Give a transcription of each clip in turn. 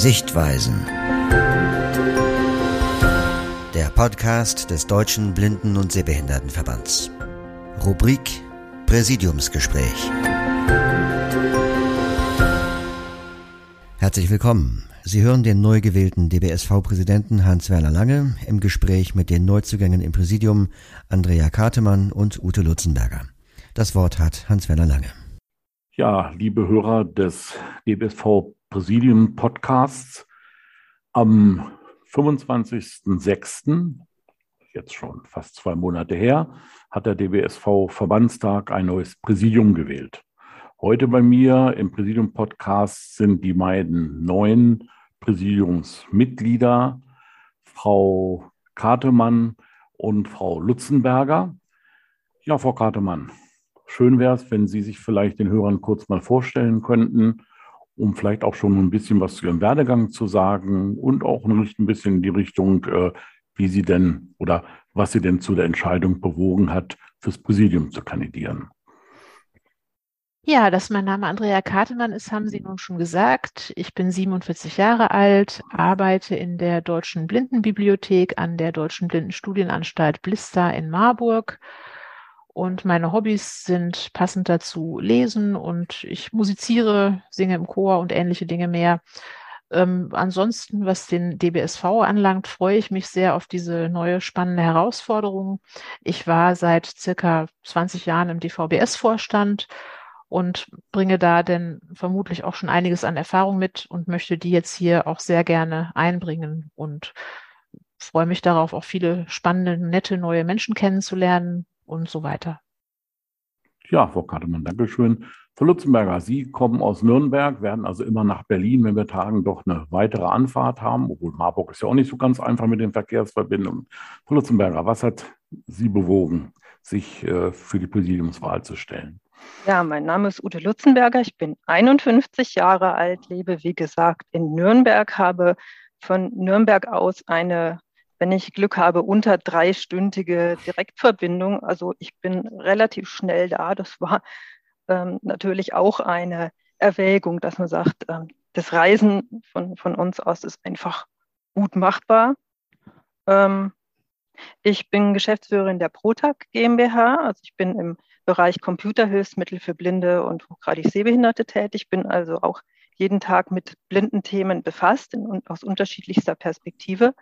Sichtweisen. Der Podcast des Deutschen Blinden- und Sehbehindertenverbands. Rubrik Präsidiumsgespräch. Herzlich willkommen. Sie hören den neu gewählten DBSV-Präsidenten Hans-Werner Lange im Gespräch mit den Neuzugängen im Präsidium Andrea Kartemann und Ute Lutzenberger. Das Wort hat Hans-Werner Lange. Ja, liebe Hörer des DBSV-Präsidium-Podcasts, am 25.06., jetzt schon fast 2 Monate her, hat der DBSV-Verbandstag ein neues Präsidium gewählt. Heute bei mir im Präsidium-Podcast sind die beiden neuen Präsidiumsmitglieder, Frau Kartemann und Frau Lutzenberger. Ja, Frau Kartemann, schön wäre es, wenn Sie sich vielleicht den Hörern kurz mal vorstellen könnten, um vielleicht auch schon ein bisschen was zu Ihrem Werdegang zu sagen und auch ein bisschen in die Richtung, wie Sie denn oder was Sie denn zu der Entscheidung bewogen hat, fürs Präsidium zu kandidieren. Ja, dass mein Name Andrea Kartemann ist, haben Sie nun schon gesagt. Ich bin 47 Jahre alt, arbeite in der Deutschen Blindenbibliothek an der Deutschen Blindenstudienanstalt Blista in Marburg. Und meine Hobbys sind passend dazu Lesen und ich musiziere, singe im Chor und ähnliche Dinge mehr. Ansonsten, was den DBSV anlangt, freue ich mich sehr auf diese neue spannende Herausforderung. Ich war seit circa 20 Jahren im DVBS-Vorstand und bringe da denn vermutlich auch schon einiges an Erfahrung mit und möchte die jetzt hier auch sehr gerne einbringen und freue mich darauf, auch viele spannende, nette neue Menschen kennenzulernen und so weiter. Ja, Frau Kartemann, danke schön. Frau Lutzenberger, Sie kommen aus Nürnberg, werden also immer nach Berlin, wenn wir tagen, doch eine weitere Anfahrt haben, obwohl Marburg ist ja auch nicht so ganz einfach mit den Verkehrsverbindungen. Frau Lutzenberger, was hat Sie bewogen, sich für die Präsidiumswahl zu stellen? Ja, mein Name ist Ute Lutzenberger, ich bin 51 Jahre alt, lebe wie gesagt in Nürnberg, habe von Nürnberg aus eine, wenn ich Glück habe, unter 3-stündige Direktverbindung. Also ich bin relativ schnell da. Das war natürlich auch eine Erwägung, dass man sagt, das Reisen von uns aus ist einfach gut machbar. Ich bin Geschäftsführerin der ProTag GmbH, also ich bin im Bereich Computerhilfsmittel für Blinde und hochgradig Sehbehinderte tätig, bin also auch jeden Tag mit Blindenthemen befasst und aus unterschiedlichster Perspektive.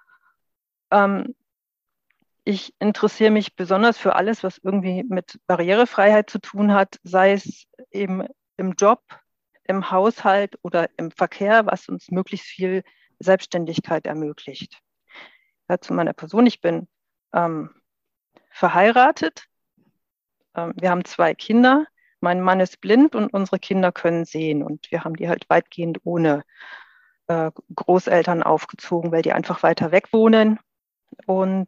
Ich interessiere mich besonders für alles, was irgendwie mit Barrierefreiheit zu tun hat, sei es eben im Job, im Haushalt oder im Verkehr, was uns möglichst viel Selbstständigkeit ermöglicht. Ja, zu meiner Person, ich bin verheiratet. Wir haben 2 Kinder. Mein Mann ist blind und unsere Kinder können sehen. Und wir haben die halt weitgehend ohne Großeltern aufgezogen, weil die einfach weiter weg wohnen. Und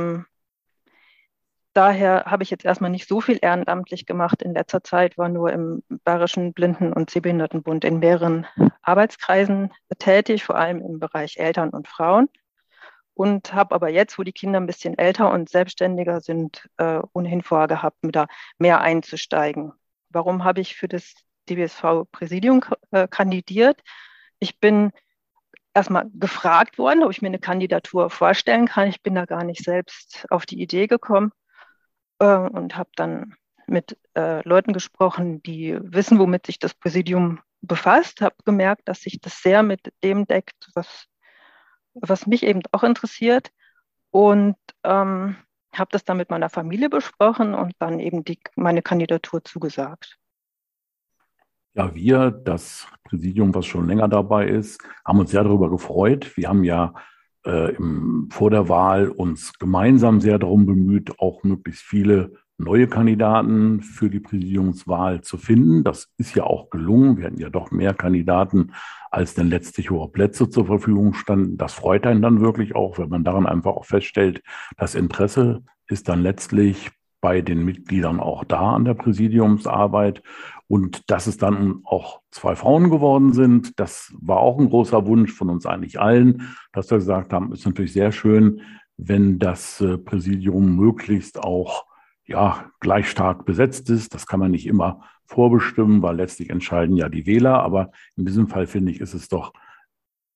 daher habe ich jetzt erstmal nicht so viel ehrenamtlich gemacht. In letzter Zeit war nur im Bayerischen Blinden- und Sehbehindertenbund in mehreren Arbeitskreisen tätig, vor allem im Bereich Eltern und Frauen. Und habe aber jetzt, wo die Kinder ein bisschen älter und selbstständiger sind, ohnehin vorgehabt, da mehr einzusteigen. Warum habe ich für das DBSV-Präsidium kandidiert? Ich bin erstmal gefragt worden, ob ich mir eine Kandidatur vorstellen kann. Ich bin da gar nicht selbst auf die Idee gekommen und habe dann mit Leuten gesprochen, die wissen, womit sich das Präsidium befasst. Habe gemerkt, dass sich das sehr mit dem deckt, was mich eben auch interessiert, und habe das dann mit meiner Familie besprochen und dann eben meine Kandidatur zugesagt. Ja, wir, das Präsidium, was schon länger dabei ist, haben uns sehr darüber gefreut. Wir haben ja vor der Wahl uns gemeinsam sehr darum bemüht, auch möglichst viele neue Kandidaten für die Präsidiumswahl zu finden. Das ist ja auch gelungen. Wir hatten ja doch mehr Kandidaten, als denn letztlich hohe Plätze zur Verfügung standen. Das freut einen dann wirklich auch, wenn man daran einfach auch feststellt, das Interesse ist dann letztlich bei den Mitgliedern auch da an der Präsidiumsarbeit. Und dass es dann auch 2 Frauen geworden sind, das war auch ein großer Wunsch von uns eigentlich allen, dass wir gesagt haben, ist natürlich sehr schön, wenn das Präsidium möglichst auch gleich stark besetzt ist. Das kann man nicht immer vorbestimmen, weil letztlich entscheiden ja die Wähler. Aber in diesem Fall, finde ich, ist es doch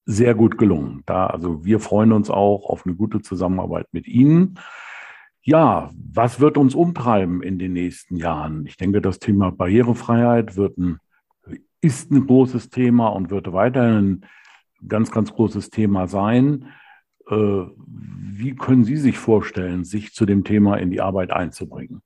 sehr gut gelungen. Also wir freuen uns auch auf eine gute Zusammenarbeit mit Ihnen. Ja, was wird uns umtreiben in den nächsten Jahren? Ich denke, das Thema Barrierefreiheit ist ein großes Thema und wird weiterhin ein ganz, ganz großes Thema sein. Wie können Sie sich vorstellen, sich zu dem Thema in die Arbeit einzubringen?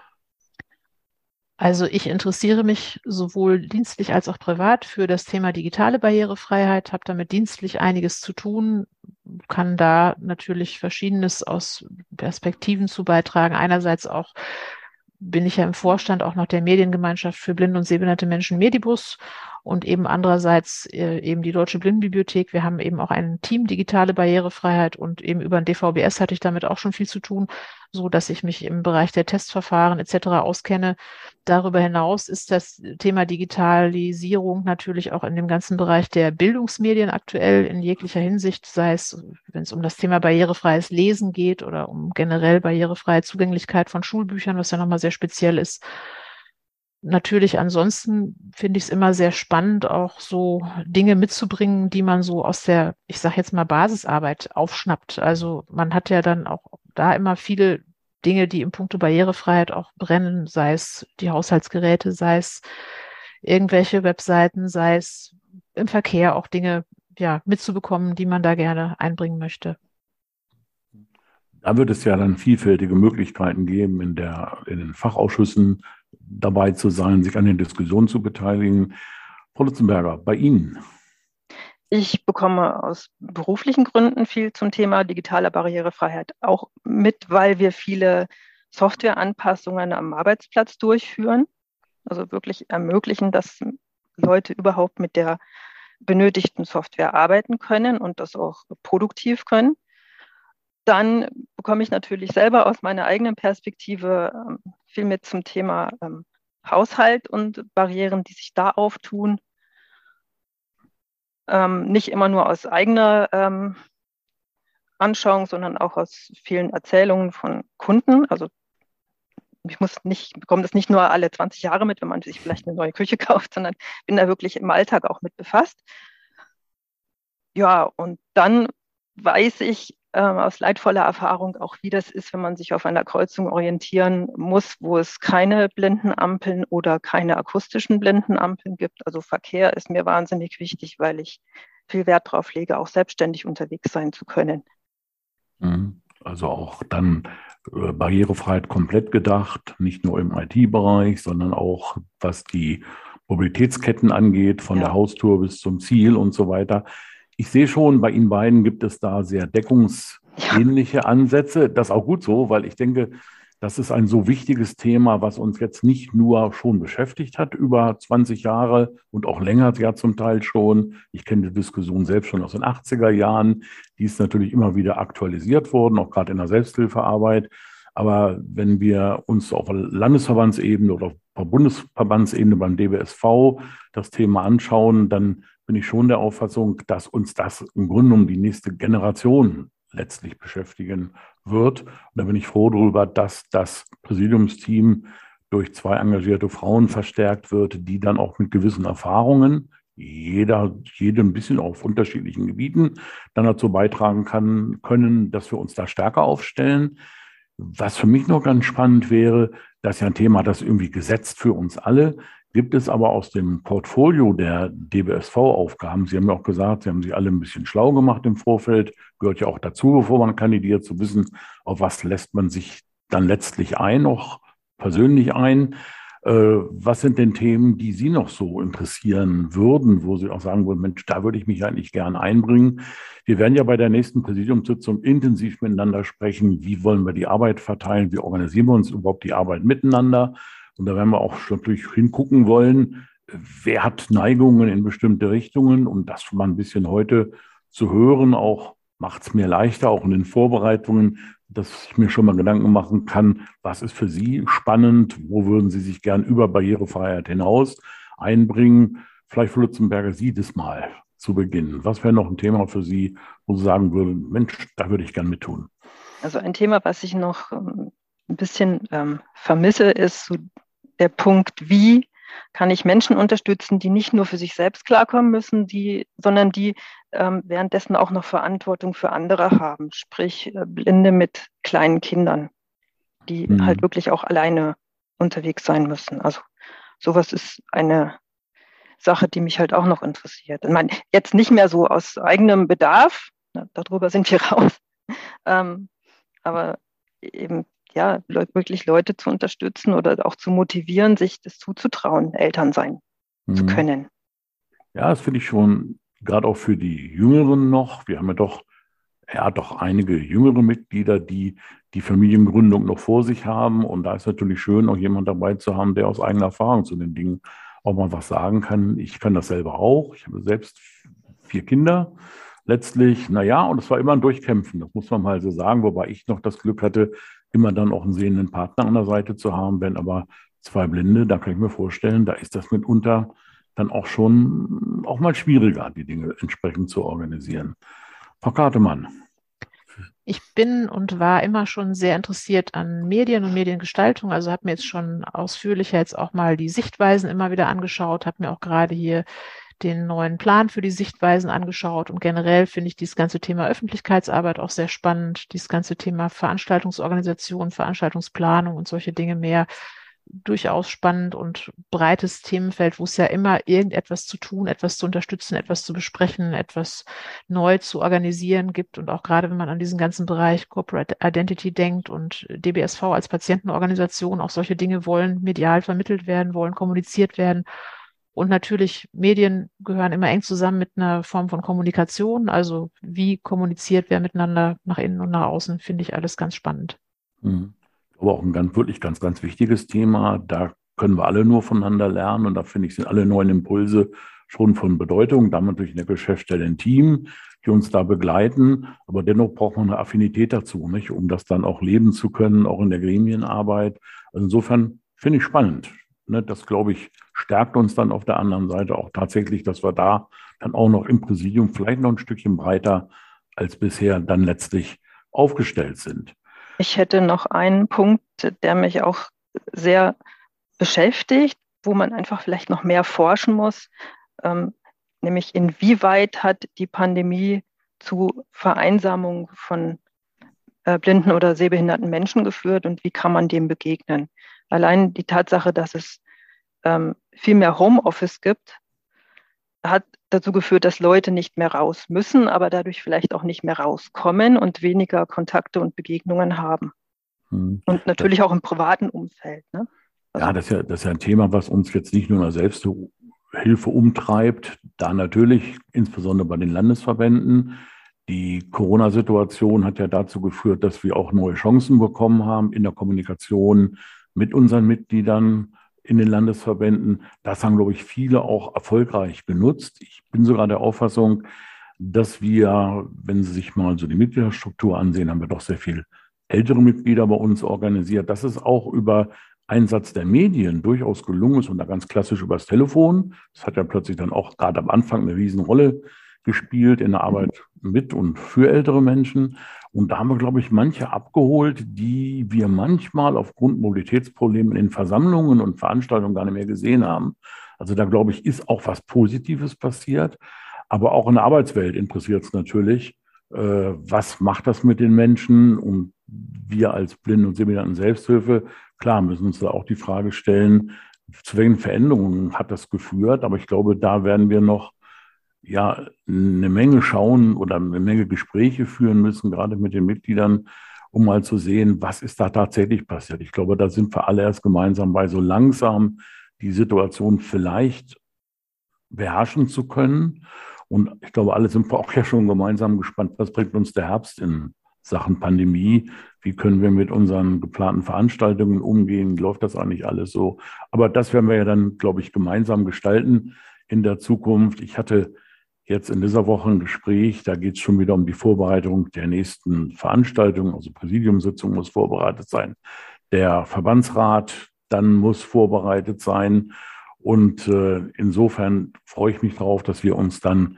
Also ich interessiere mich sowohl dienstlich als auch privat für das Thema digitale Barrierefreiheit, habe damit dienstlich einiges zu tun, kann da natürlich Verschiedenes aus Perspektiven zu beitragen. Einerseits auch bin ich ja im Vorstand auch noch der Mediengemeinschaft für blinde und sehbehinderte Menschen Medibus und eben andererseits eben die Deutsche Blindenbibliothek. Wir haben eben auch ein Team digitale Barrierefreiheit und eben über den DVBS hatte ich damit auch schon viel zu tun, so dass ich mich im Bereich der Testverfahren etc. auskenne. Darüber hinaus ist das Thema Digitalisierung natürlich auch in dem ganzen Bereich der Bildungsmedien aktuell in jeglicher Hinsicht, sei es, wenn es um das Thema barrierefreies Lesen geht oder um generell barrierefreie Zugänglichkeit von Schulbüchern, was ja nochmal sehr speziell ist. Natürlich ansonsten finde ich es immer sehr spannend, auch so Dinge mitzubringen, die man so aus der, ich sage jetzt mal, Basisarbeit aufschnappt. Also man hat ja dann auch da immer viele Dinge, die im Punkto Barrierefreiheit auch brennen, sei es die Haushaltsgeräte, sei es irgendwelche Webseiten, sei es im Verkehr auch Dinge mitzubekommen, die man da gerne einbringen möchte. Da wird es ja dann vielfältige Möglichkeiten geben, in den Fachausschüssen dabei zu sein, sich an den Diskussionen zu beteiligen. Frau Lutzenberger, bei Ihnen? Ich bekomme aus beruflichen Gründen viel zum Thema digitaler Barrierefreiheit auch mit, weil wir viele Softwareanpassungen am Arbeitsplatz durchführen, also wirklich ermöglichen, dass Leute überhaupt mit der benötigten Software arbeiten können und das auch produktiv können. Dann bekomme ich natürlich selber aus meiner eigenen Perspektive viel mit zum Thema Haushalt und Barrieren, die sich da auftun. Nicht immer nur aus eigener Anschauung, sondern auch aus vielen Erzählungen von Kunden. Also ich bekomme das nicht nur alle 20 Jahre mit, wenn man sich vielleicht eine neue Küche kauft, sondern bin da wirklich im Alltag auch mit befasst. Ja, und dann weiß ich aus leidvoller Erfahrung auch, wie das ist, wenn man sich auf einer Kreuzung orientieren muss, wo es keine Blindenampeln oder keine akustischen Blindenampeln gibt. Also Verkehr ist mir wahnsinnig wichtig, weil ich viel Wert darauf lege, auch selbstständig unterwegs sein zu können. Also auch dann Barrierefreiheit komplett gedacht, nicht nur im IT-Bereich, sondern auch was die Mobilitätsketten angeht, von der Haustür bis zum Ziel und so weiter. Ich sehe schon, bei Ihnen beiden gibt es da sehr deckungsähnliche Ansätze. Das ist auch gut so, weil ich denke, das ist ein so wichtiges Thema, was uns jetzt nicht nur schon beschäftigt hat über 20 Jahre und auch länger ja zum Teil schon. Ich kenne die Diskussion selbst schon aus den 80er Jahren. Die ist natürlich immer wieder aktualisiert worden, auch gerade in der Selbsthilfearbeit. Aber wenn wir uns auf Landesverbandsebene oder auf Bundesverbandsebene beim DBSV das Thema anschauen, dann bin ich schon der Auffassung, dass uns das im Grunde genommen die nächste Generation letztlich beschäftigen wird. Und da bin ich froh darüber, dass das Präsidiumsteam durch 2 engagierte Frauen verstärkt wird, die dann auch mit gewissen Erfahrungen, jede ein bisschen auf unterschiedlichen Gebieten, dann dazu beitragen können, dass wir uns da stärker aufstellen. Was für mich noch ganz spannend wäre, das ist ja ein Thema, das irgendwie gesetzt für uns alle, gibt es aber aus dem Portfolio der DBSV-Aufgaben, Sie haben ja auch gesagt, Sie haben sich alle ein bisschen schlau gemacht im Vorfeld, gehört ja auch dazu, bevor man kandidiert, zu wissen, auf was lässt man sich dann letztlich auch persönlich ein. Was sind denn Themen, die Sie noch so interessieren würden, wo Sie auch sagen würden, Mensch, da würde ich mich eigentlich gern einbringen? Wir werden ja bei der nächsten Präsidiumssitzung intensiv miteinander sprechen, wie wollen wir die Arbeit verteilen, wie organisieren wir uns überhaupt die Arbeit miteinander? Und da werden wir auch natürlich hingucken wollen, wer hat Neigungen in bestimmte Richtungen. Und das mal ein bisschen heute zu hören, auch macht es mir leichter, auch in den Vorbereitungen, dass ich mir schon mal Gedanken machen kann, was ist für Sie spannend, wo würden Sie sich gern über Barrierefreiheit hinaus einbringen. Vielleicht, Frau Lutzenberger, Sie das mal zu Beginn. Was wäre noch ein Thema für Sie, wo Sie sagen würden, Mensch, da würde ich gern mit tun? Also ein Thema, was ich noch ein bisschen vermisse, ist so der Punkt, wie kann ich Menschen unterstützen, die nicht nur für sich selbst klarkommen müssen, sondern die währenddessen auch noch Verantwortung für andere haben, sprich Blinde mit kleinen Kindern, die halt wirklich auch alleine unterwegs sein müssen. Also sowas ist eine Sache, die mich halt auch noch interessiert. Ich meine, jetzt nicht mehr so aus eigenem Bedarf, darüber sind wir raus, aber eben ja, wirklich Leute zu unterstützen oder auch zu motivieren, sich das zuzutrauen, Eltern sein zu können. Ja, das finde ich schon, gerade auch für die Jüngeren noch. Wir haben ja doch einige jüngere Mitglieder, die die Familiengründung noch vor sich haben. Und da ist natürlich schön, auch jemand dabei zu haben, der aus eigener Erfahrung zu den Dingen auch mal was sagen kann. Ich kann das selber auch. Ich habe selbst 4 Kinder. Letztlich, und es war immer ein Durchkämpfen, das muss man mal so sagen, wobei ich noch das Glück hatte, immer dann auch einen sehenden Partner an der Seite zu haben. Wenn aber 2 Blinde, da kann ich mir vorstellen, da ist das mitunter dann auch mal schwieriger, die Dinge entsprechend zu organisieren. Frau Kartemann. Ich bin und war immer schon sehr interessiert an Medien und Mediengestaltung, also habe mir jetzt schon ausführlicher jetzt auch mal die Sichtweisen immer wieder angeschaut, habe mir auch gerade hier den neuen Plan für die Sichtweisen angeschaut und generell finde ich dieses ganze Thema Öffentlichkeitsarbeit auch sehr spannend, dieses ganze Thema Veranstaltungsorganisation, Veranstaltungsplanung und solche Dinge mehr durchaus spannend und breites Themenfeld, wo es ja immer irgendetwas zu tun, etwas zu unterstützen, etwas zu besprechen, etwas neu zu organisieren gibt. Und auch gerade wenn man an diesen ganzen Bereich Corporate Identity denkt und DBSV als Patientenorganisation, auch solche Dinge wollen medial vermittelt werden, wollen kommuniziert werden. Und natürlich, Medien gehören immer eng zusammen mit einer Form von Kommunikation. Also wie kommuniziert wer miteinander nach innen und nach außen, finde ich alles ganz spannend. Aber auch ein wirklich ganz, ganz wichtiges Thema. Da können wir alle nur voneinander lernen. Und da finde ich, sind alle neuen Impulse schon von Bedeutung. Damit durch eine Geschäftsstelle ein Team, die uns da begleiten. Aber dennoch braucht man eine Affinität dazu, nicht? Um das dann auch leben zu können, auch in der Gremienarbeit. Also insofern finde ich spannend. Das, glaube ich, stärkt uns dann auf der anderen Seite auch tatsächlich, dass wir da dann auch noch im Präsidium vielleicht noch ein Stückchen breiter als bisher dann letztlich aufgestellt sind. Ich hätte noch einen Punkt, der mich auch sehr beschäftigt, wo man einfach vielleicht noch mehr forschen muss, nämlich inwieweit hat die Pandemie zu Vereinsamung von blinden oder sehbehinderten Menschen geführt und wie kann man dem begegnen? Allein die Tatsache, dass es viel mehr Homeoffice gibt, hat dazu geführt, dass Leute nicht mehr raus müssen, aber dadurch vielleicht auch nicht mehr rauskommen und weniger Kontakte und Begegnungen haben. Und natürlich auch im privaten Umfeld. Ne? Also, das ist ja ein Thema, was uns jetzt nicht nur in der Selbsthilfe umtreibt, da natürlich insbesondere bei den Landesverbänden. Die Corona-Situation hat ja dazu geführt, dass wir auch neue Chancen bekommen haben in der Kommunikation mit unseren Mitgliedern in den Landesverbänden. Das haben, glaube ich, viele auch erfolgreich genutzt. Ich bin sogar der Auffassung, dass wir, wenn Sie sich mal so die Mitgliederstruktur ansehen, haben wir doch sehr viel ältere Mitglieder bei uns organisiert. Das ist auch über Einsatz der Medien durchaus gelungen ist und da ganz klassisch übers Telefon. Das hat ja plötzlich dann auch gerade am Anfang eine Riesenrolle gespielt in der Arbeit mit und für ältere Menschen. Und da haben wir, glaube ich, manche abgeholt, die wir manchmal aufgrund Mobilitätsproblemen in Versammlungen und Veranstaltungen gar nicht mehr gesehen haben. Also da, glaube ich, ist auch was Positives passiert. Aber auch in der Arbeitswelt interessiert es natürlich, was macht das mit den Menschen? Und wir als Blinden- und Sehbehinderten Selbsthilfe, klar, müssen uns da auch die Frage stellen, zu welchen Veränderungen hat das geführt? Aber ich glaube, da werden wir noch eine Menge schauen oder eine Menge Gespräche führen müssen, gerade mit den Mitgliedern, um mal zu sehen, was ist da tatsächlich passiert. Ich glaube, da sind wir alle erst gemeinsam bei, so langsam die Situation vielleicht beherrschen zu können. Und ich glaube, alle sind wir auch ja schon gemeinsam gespannt, was bringt uns der Herbst in Sachen Pandemie? Wie können wir mit unseren geplanten Veranstaltungen umgehen? Läuft das eigentlich alles so? Aber das werden wir ja dann, glaube ich, gemeinsam gestalten in der Zukunft. Ich hatte jetzt in dieser Woche ein Gespräch, da geht es schon wieder um die Vorbereitung der nächsten Veranstaltung. Also Präsidiumssitzung muss vorbereitet sein. Der Verbandsrat dann muss vorbereitet sein. Und insofern freue ich mich darauf, dass wir uns dann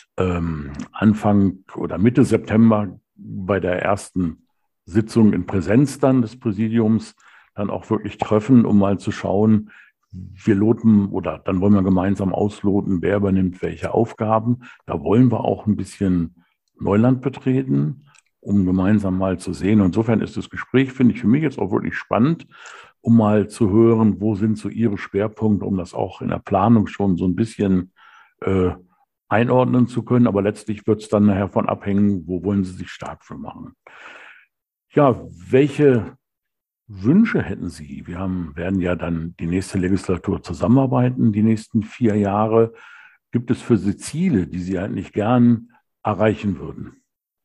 Anfang oder Mitte September bei der ersten Sitzung in Präsenz dann des Präsidiums dann auch wirklich treffen, um mal zu schauen, dann wollen wir gemeinsam ausloten, wer übernimmt welche Aufgaben. Da wollen wir auch ein bisschen Neuland betreten, um gemeinsam mal zu sehen. Insofern ist das Gespräch, finde ich, für mich jetzt auch wirklich spannend, um mal zu hören, wo sind so Ihre Schwerpunkte, um das auch in der Planung schon so ein bisschen einordnen zu können. Aber letztlich wird es dann nachher von abhängen, wo wollen Sie sich stark für machen. Ja, welche Wünsche hätten Sie? Wir werden ja dann die nächste Legislatur zusammenarbeiten, die nächsten 4 Jahre. Gibt es für Sie Ziele, die Sie eigentlich gern erreichen würden?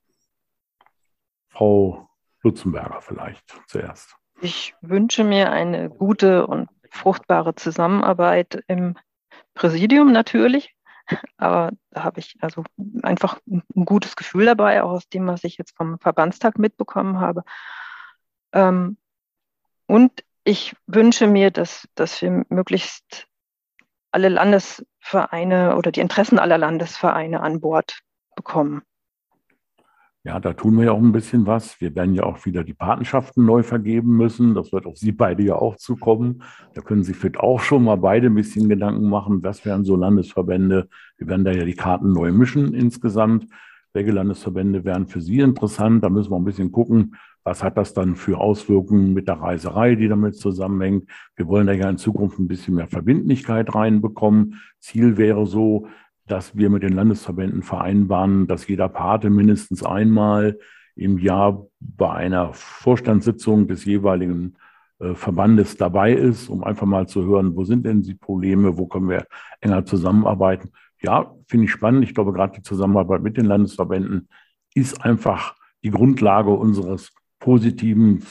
Frau Lutzenberger vielleicht zuerst. Ich wünsche mir eine gute und fruchtbare Zusammenarbeit im Präsidium natürlich, aber da habe ich also einfach ein gutes Gefühl dabei, auch aus dem, was ich jetzt vom Verbandstag mitbekommen habe. Und ich wünsche mir, dass wir möglichst alle Landesvereine oder die Interessen aller Landesvereine an Bord bekommen. Ja, da tun wir ja auch ein bisschen was. Wir werden ja auch wieder die Patenschaften neu vergeben müssen. Das wird auf Sie beide ja auch zukommen. Da können Sie vielleicht auch schon mal beide ein bisschen Gedanken machen, was wären so Landesverbände. Wir werden da ja die Karten neu mischen insgesamt. Welche Landesverbände wären für Sie interessant? Da müssen wir ein bisschen gucken, was hat das dann für Auswirkungen mit der Reiserei, die damit zusammenhängt. Wir wollen da ja in Zukunft ein bisschen mehr Verbindlichkeit reinbekommen. Ziel wäre so, dass wir mit den Landesverbänden vereinbaren, dass jeder Pate mindestens einmal im Jahr bei einer Vorstandssitzung des jeweiligen Verbandes dabei ist, um einfach mal zu hören, wo sind denn die Probleme, wo können wir enger zusammenarbeiten. Ja, finde ich spannend. Ich glaube, gerade die Zusammenarbeit mit den Landesverbänden ist einfach die Grundlage unseres positiven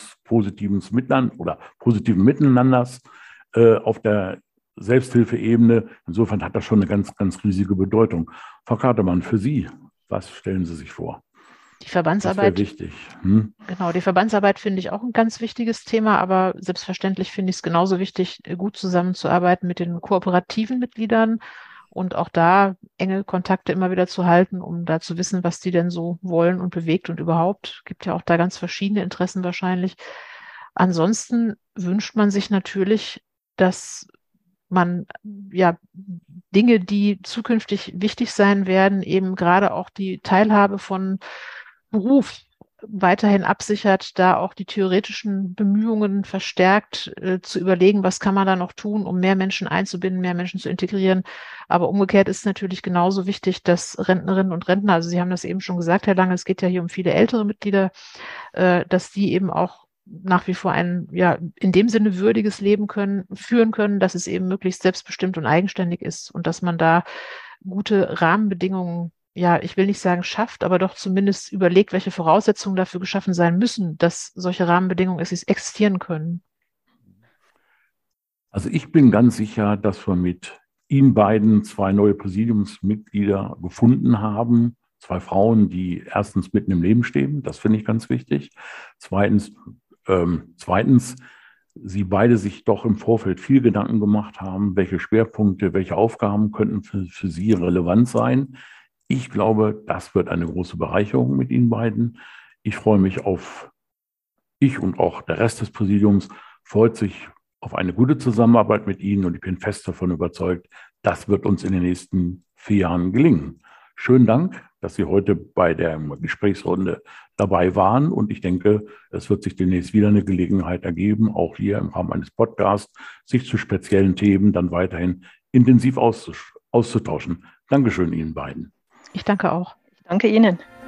Miteinanders auf der Selbsthilfeebene. Insofern hat das schon eine ganz, ganz riesige Bedeutung. Frau Kartemann, für Sie, was stellen Sie sich vor? Die Verbandsarbeit. Das wäre wichtig. Genau, die Verbandsarbeit finde ich auch ein ganz wichtiges Thema, aber selbstverständlich finde ich es genauso wichtig, gut zusammenzuarbeiten mit den kooperativen Mitgliedern und auch da enge Kontakte immer wieder zu halten, um da zu wissen, was die denn so wollen und bewegt und überhaupt. Gibt ja auch da ganz verschiedene Interessen wahrscheinlich. Ansonsten wünscht man sich natürlich, dass man ja Dinge, die zukünftig wichtig sein werden, eben gerade auch die Teilhabe von Beruf weiterhin absichert, da auch die theoretischen Bemühungen verstärkt zu überlegen, was kann man da noch tun, um mehr Menschen einzubinden, mehr Menschen zu integrieren. Aber umgekehrt ist natürlich genauso wichtig, dass Rentnerinnen und Rentner, also Sie haben das eben schon gesagt, Herr Lange, es geht ja hier um viele ältere Mitglieder, dass die eben auch nach wie vor ein, ja, in dem Sinne würdiges Leben führen können, dass es eben möglichst selbstbestimmt und eigenständig ist und dass man da gute Rahmenbedingungen, ja, ich will nicht sagen schafft, aber doch zumindest überlegt, welche Voraussetzungen dafür geschaffen sein müssen, dass solche Rahmenbedingungen existieren können. Also ich bin ganz sicher, dass wir mit Ihnen beiden 2 neue Präsidiumsmitglieder gefunden haben. 2 Frauen, die erstens mitten im Leben stehen, das finde ich ganz wichtig. Zweitens, Sie beide sich doch im Vorfeld viel Gedanken gemacht haben, welche Schwerpunkte, welche Aufgaben könnten für Sie relevant sein. Ich glaube, das wird eine große Bereicherung mit Ihnen beiden. Ich freue mich ich und auch der Rest des Präsidiums freut sich auf eine gute Zusammenarbeit mit Ihnen und ich bin fest davon überzeugt, das wird uns in den nächsten 4 Jahren gelingen. Schönen Dank, dass Sie heute bei der Gesprächsrunde dabei waren und ich denke, es wird sich demnächst wieder eine Gelegenheit ergeben, auch hier im Rahmen eines Podcasts, sich zu speziellen Themen dann weiterhin intensiv auszutauschen. Dankeschön Ihnen beiden. Ich danke auch. Ich danke Ihnen.